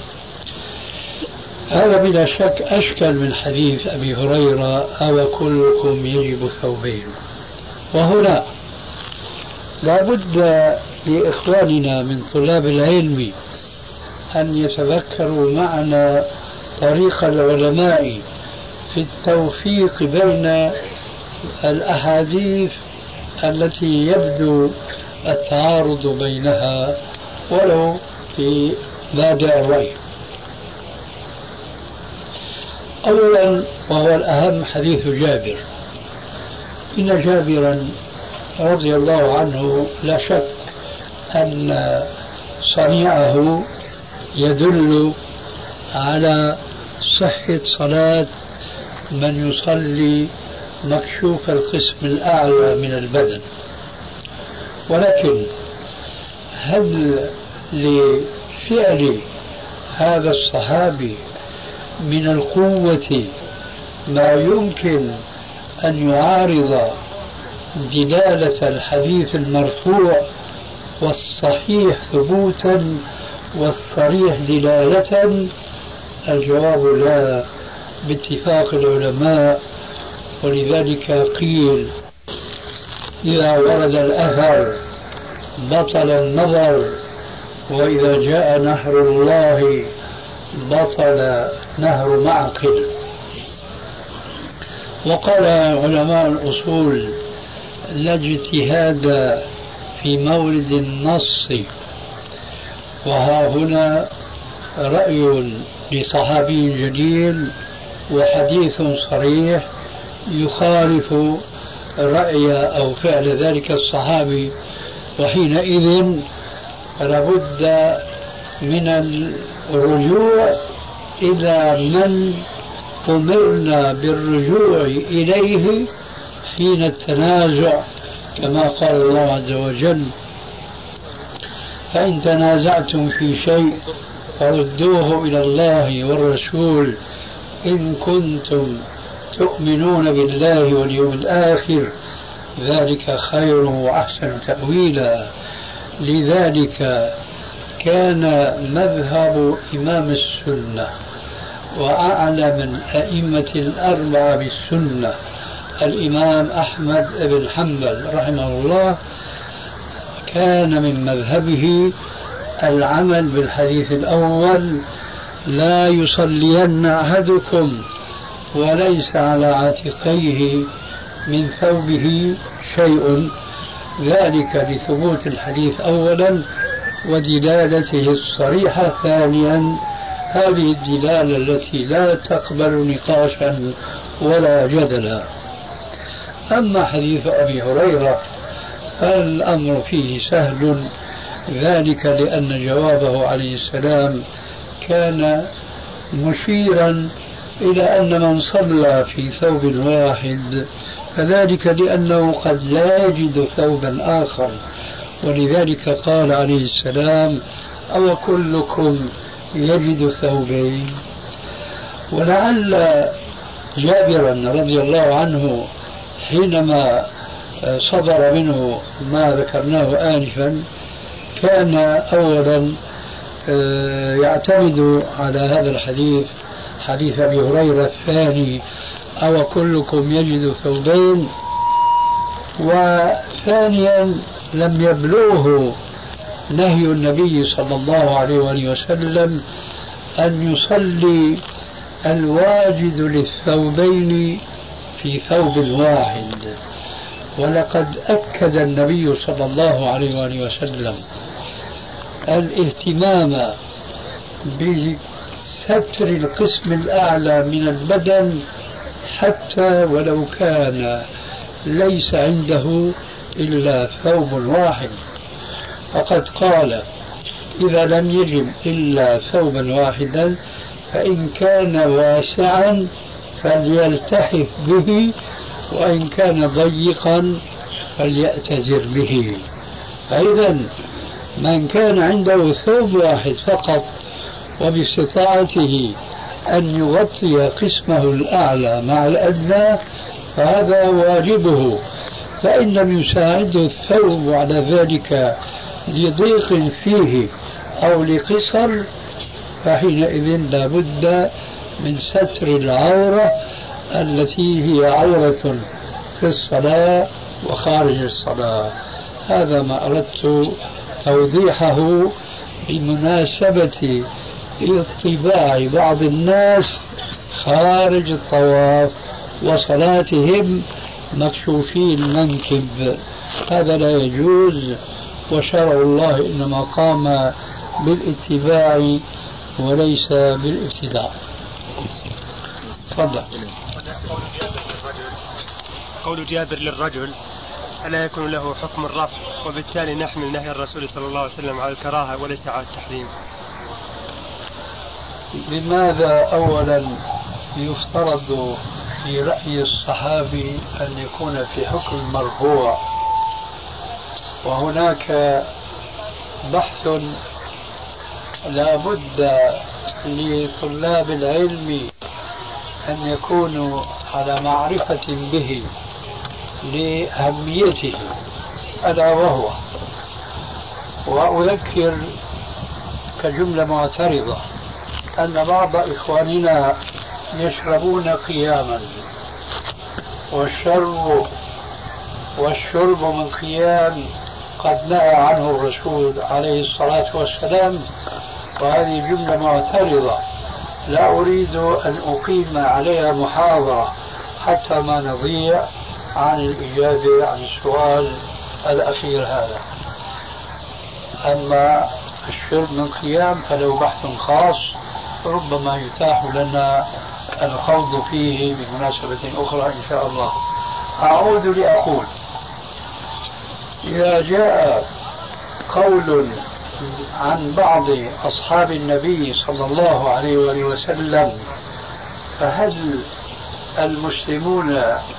هذا بلا شك أشكل من حديث أبي هريرة: أو كلكم يجب ثوبين. وهنا لا بد لإخواننا من طلاب العلم أن يتذكروا معنا طريق العلماء في التوفيق بين الأحاديث التي يبدو التعارض بينها ولو في بادئ الرأي. أولا وهو الأهم حديث جابر. إن جابرا رضي الله عنه لا شك أن صنيعه يدل على صحة صلاة من يصلي مكشوف القسم الأعلى من البدن، ولكن هل لفعل هذا الصحابي من القوة ما يمكن أن يعارض دلالة الحديث المرفوع والصحيح ثبوتا والصريح دلالة؟ الجواب لا باتفاق العلماء. ولذلك قيل إذا ورد الأثر بطل النظر، وإذا جاء نهر الله بطل نهر معقل. وقال علماء الأصول لا اجتهاد في مورد النص، وها هنا رأي لصحابي جليل وحديث صريح يخالف رأي أو فعل ذلك الصحابي، وحينئذ لابد من الرجوع إلى من أمرنا بالرجوع إليه حين التنازع، كما قال الله عز وجل: فإن تنازعتم في شيء فردوه إلى الله والرسول إن كنتم تؤمنون بالله واليوم الآخر ذلك خير وأحسن تأويلا. لذلك كان مذهب إمام السنة وأعلم الأئمة الأربعة بالسنة الإمام أحمد بن حنبل رحمه الله، كان من مذهبه العمل بالحديث الأول: لا يصلين أحدكم وليس على عاتقيه من ثوبه شيء، ذلك لثبوت الحديث أولا ودلالته الصريحة ثانيا، هذه الدلالة التي لا تقبل نقاشا ولا جدلا. أما حديث أبي هريرة فالأمر فيه سهل، ذلك لأن جوابه عليه السلام كان مشيرا إلى أن من صلى في ثوب واحد فذلك لأنه قد لا يجد ثوبا آخر، ولذلك قال عليه السلام: أو كلكم يجد ثوبين. ولعل جابرا رضي الله عنه حينما صدر منه ما ذكرناه آنفا كان أولا يعتمد على هذا الحديث، حديث أبي هريرة الثاني: أو كلكم يجد ثوبين. وثانيا لم يبلغه نهي النبي صلى الله عليه وآله وسلم أن يصلي الواجد للثوبين في ثوب واحد، ولقد أكد النبي صلى الله عليه وآله وسلم الاهتمام بستر القسم الأعلى من البدن حتى ولو كان ليس عنده إلا ثوب واحد، فقد قال: إذا لم يجب إلا ثوبا واحدا فإن كان واسعا فليلتحف به، وإن كان ضيقا فليأتزر به. فإذا من كان عنده ثوب واحد فقط وباستطاعته أن يغطي قسمه الأعلى مع الأدنى فهذا واجبه، فإن لم يساعده الثوب على ذلك لضيق فيه أو لقصر فحينئذ لا بد من ستر العورة التي هي عورة في الصلاة وخارج الصلاة. هذا ما أردت توضيحه بمناسبة اطباع بعض الناس خارج الطواف وصلاتهم مكشوفي المنكب، هذا لا يجوز. وشرع الله إنما قام بالاتباع وليس بالابتداع. تفضل. قول جابر للرجل ألا يكون له حكم الرفع، وبالتالي نحمل نهي الرسول صلى الله عليه وسلم على الكراهة وليس على التحريم. لماذا أولا يفترض في رأي الصحابي أن يكون في حكم مرفوع، وهناك بحث لا بد لطلاب العلم أن يكونوا على معرفة به لأهميته، ألا وهو، وأذكر كجملة معترضة أن بعض إخواننا يشربون قياما، والشرب من قيام قد نهى عنه الرسول عليه الصلاة والسلام، وهذه جملة معترضة لا أريد أن أقيم عليها محاضرة حتى ما نضيع عن الإجابة عن السؤال الأخير هذا. أما الشرب من قيام فله بحث خاص ربما يتاح لنا الخوض فيه بمناسبة أخرى إن شاء الله. أعود لأقول إذا جاء قول عن بعض أصحاب النبي صلى الله عليه وآله وسلم، فهل المسلمون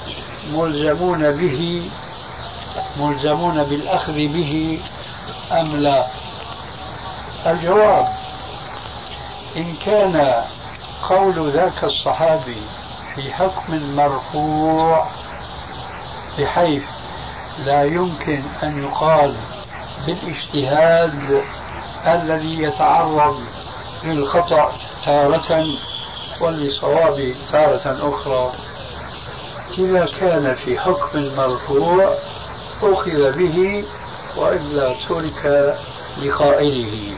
ملزمون بالأخذ به أم لا؟ الجواب: إن كان قول ذاك الصحابي في حكم مرفوع بحيث لا يمكن أن يقال بالاجتهاد الذي يتعرض للخطأ تارة وللصواب تارة أخرى، إذا كان في حكم مرفوع أخذ به وإلا ترك لقائله.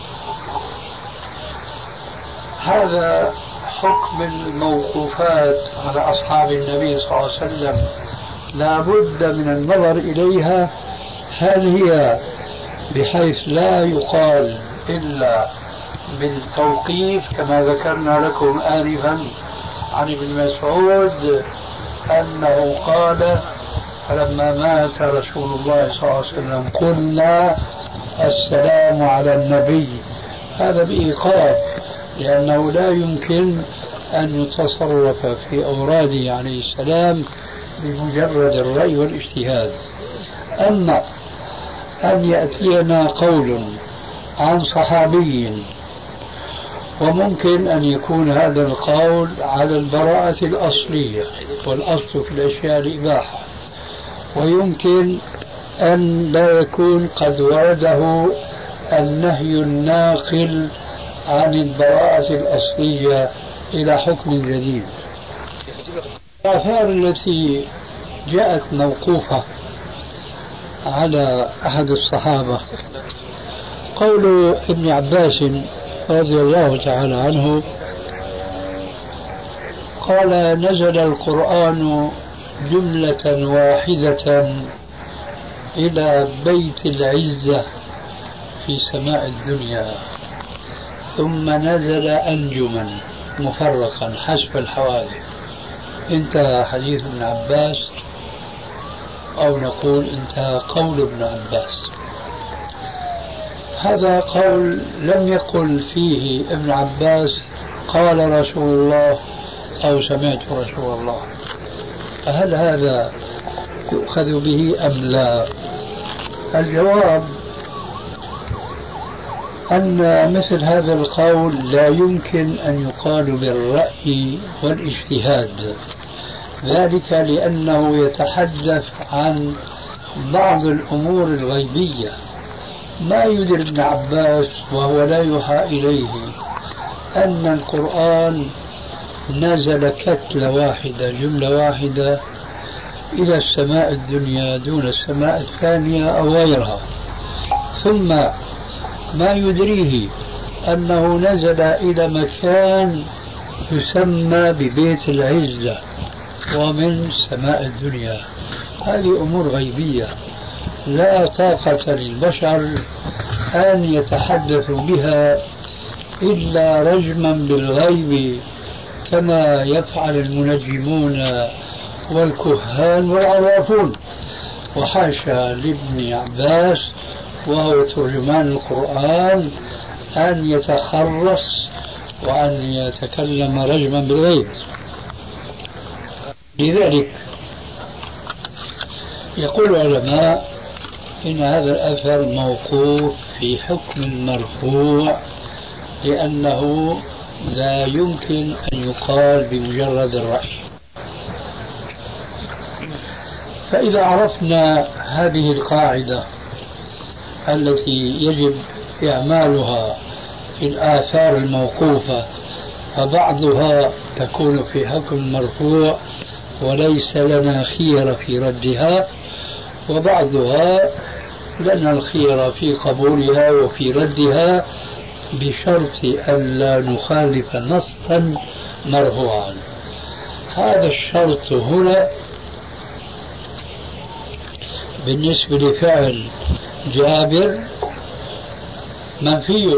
هذا حكم الموقوفات على أصحاب النبي صلى الله عليه وسلم لا بد من النظر إليها، هل هي بحيث لا يقال إلا بالتوقيف كما ذكرنا لكم آنفا عن ابن مسعود أنه قال فلما مات رسول الله صلى الله عليه وسلم قلنا السلام على النبي، هذا بإيقاف لأنه لا يمكن أن يتصرف في أوراده عليه السلام بمجرد الرأي والاجتهاد. أما أن يأتينا قول عن صحابي وممكن أن يكون هذا القول على البراءة الأصلية والأصل في الأشياء الإباحة، ويمكن أن لا يكون قد ورده النهي الناقل عن البراءة الأصلية إلى حكم جديد. الآثار التي جاءت موقوفة على أحد الصحابة قول ابن عباس رضي الله تعالى عنه قال نزل القرآن جملة واحدة إلى بيت العزة في سماء الدنيا، ثم نزل أنجما مفرقا حسب الحوادث. انتهى حديث ابن عباس، أو نقول انتهى قول ابن عباس. هذا قول لم يقل فيه ابن عباس قال رسول الله أو سمعت رسول الله، فهل هذا يؤخذ به أم لا؟ الجواب أن مثل هذا القول لا يمكن أن يقال بالرأي والاجتهاد، ذلك لأنه يتحدث عن بعض الأمور الغيبية ما يدري ابن عباس وهو لا يوحى إليه أن القرآن نزل كتلة واحدة جملة واحدة إلى السماء الدنيا دون السماء الثانية أو غيرها، ثم ما يدريه أنه نزل إلى مكان يسمى ببيت العزة، ومن سماء الدنيا. هذه أمور غيبية لا طاقة للبشر أن يتحدثوا بها إلا رجما بالغيب كما يفعل المنجمون والكهان والعرافون. وحاشا لابن عباس وهو ترجمان القرآن أن يتخرص وأن يتكلم رجما بالغيب. لذلك يقول العلماء إن هذا الأثر موقوف في حكم المرفوع لأنه لا يمكن أن يقال بمجرد الرأي. فإذا عرفنا هذه القاعدة التي يجب إعمالها في الآثار الموقوفة، فبعضها تكون في حكم المرفوع وليس لنا خير في ردها، وبعضها لنا الخير في قبولها وفي ردها بشرط ألا نخالف نصا مرفوعا. هذا الشرط هنا بالنسبة لفعل جابر منفي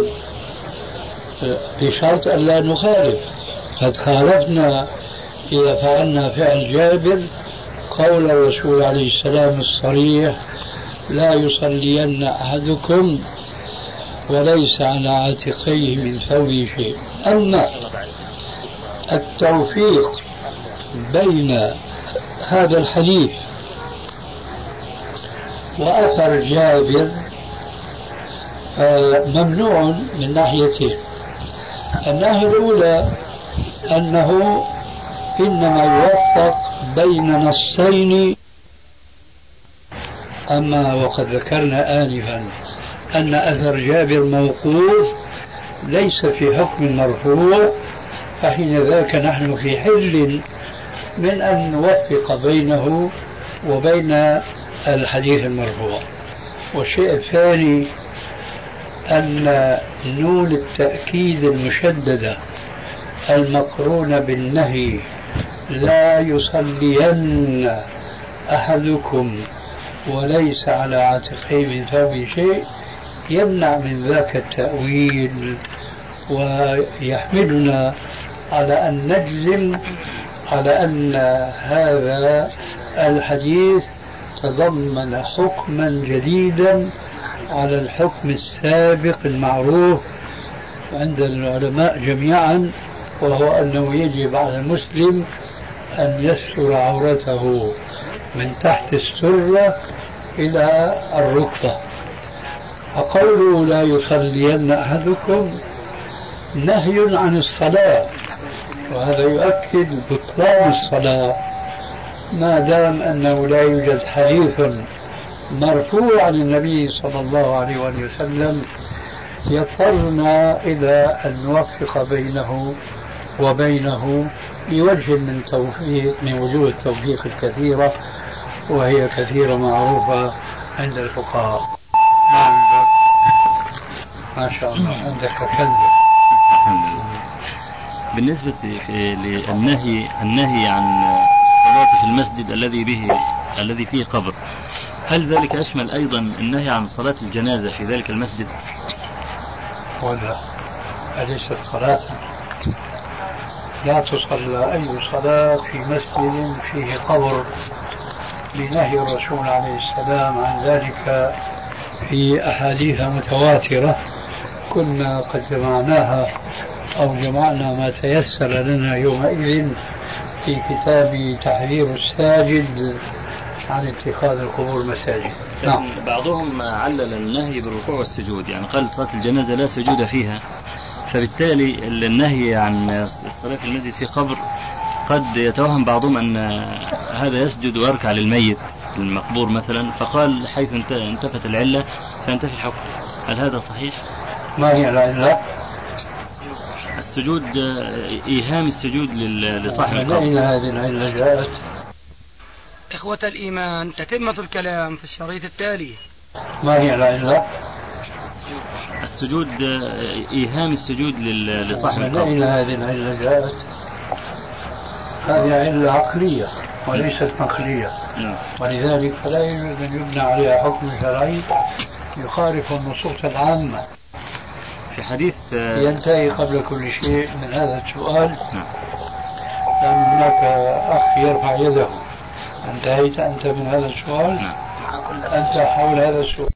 بشرط ألا نخالف. قد خالفنا إذا فعلنا فعل جابر قول الرسول عليه السلام الصريح: لا يصلين أحدكم وليس على عاتقيه من ثوبه شيء. أما التوفيق بين هذا الحديث وأثر جابر ممنوع من ناحيتين. الناحية الأولى أنه إنما يوفق بين نصين، أما وقد ذكرنا آنفا أن أثر جابر موقوف ليس في حكم المرفوع، فحين ذاك نحن في حل من أن نوفق بينه وبين الحديث المرفوع. والشيء الثاني أن نون التأكيد المشددة المقرونة بالنهي لا يصلين أحدكم وليس على عاتقيه من ثوب شيء يمنع من ذاك التأويل، ويحملنا على أن نجزم على أن هذا الحديث تضمن حكما جديدا على الحكم السابق المعروف عند العلماء جميعا، وهو أنه يجب على المسلم أن يستر عورته من تحت السرة إلى الركبة. فقوله لا يصلين أحدكم نهي عن الصلاة، وهذا يؤكد بطلان الصلاة ما دام أنه لا يوجد حديث مرفوع عن النبي صلى الله عليه وسلم يضطرنا إلى أن نوفق بينه وبينه بوجه من وجوه التوفيق الكثيرة، وهي كثيرة معروفة عند الفقهاء. ما شاء الله عندك كلب. بالنسبة للنهي عن الصلاة في المسجد الذي فيه قبر، هل ذلك أشمل أيضا النهي عن صلاة الجنازة في ذلك المسجد؟ ولا أليست صلاة؟ لا تصلى أي صلاة في مسجد فيه قبر لنهي الرسول عليه السلام عن ذلك في أحاديث متواترة كنا قد جمعناها أو جمعنا ما تيسر لنا يومئذ في كتاب تحذير الساجد عن اتخاذ القبور مساجد. نعم. بعضهم علل النهي بالركوع والسجود، يعني قال صلاة الجنازة لا سجود فيها، فبالتالي النهي عن الصلاة في المسجد في قبر قد يتوهم بعضهم أن هذا يسجد ويركع للميت المقبور مثلا، فقال حيث انتفت العلة فينتفي الحكم. هل هذا صحيح؟ ما هي العلة؟ السجود، إيهام السجود لصاحب القبر. أين هذه العلة جاءت؟ إخوة الإيمان، تتمة الكلام في الشريط التالي. ما هي العلة؟ السجود، إيهام السجود لصاحب القبر. أين هذه العلة جاءت؟ هذه علة عقلية وليست نقلية. ولذلك فلا يجوز أن يبنى عليها حكم شرعي يخالف النصوص العامة. في حديث ينتهي قبل كل شيء من هذا السؤال، لأن هناك أخ يرفع يده. انتهيت أنت من هذا السؤال؟ أنت حول هذا السؤال.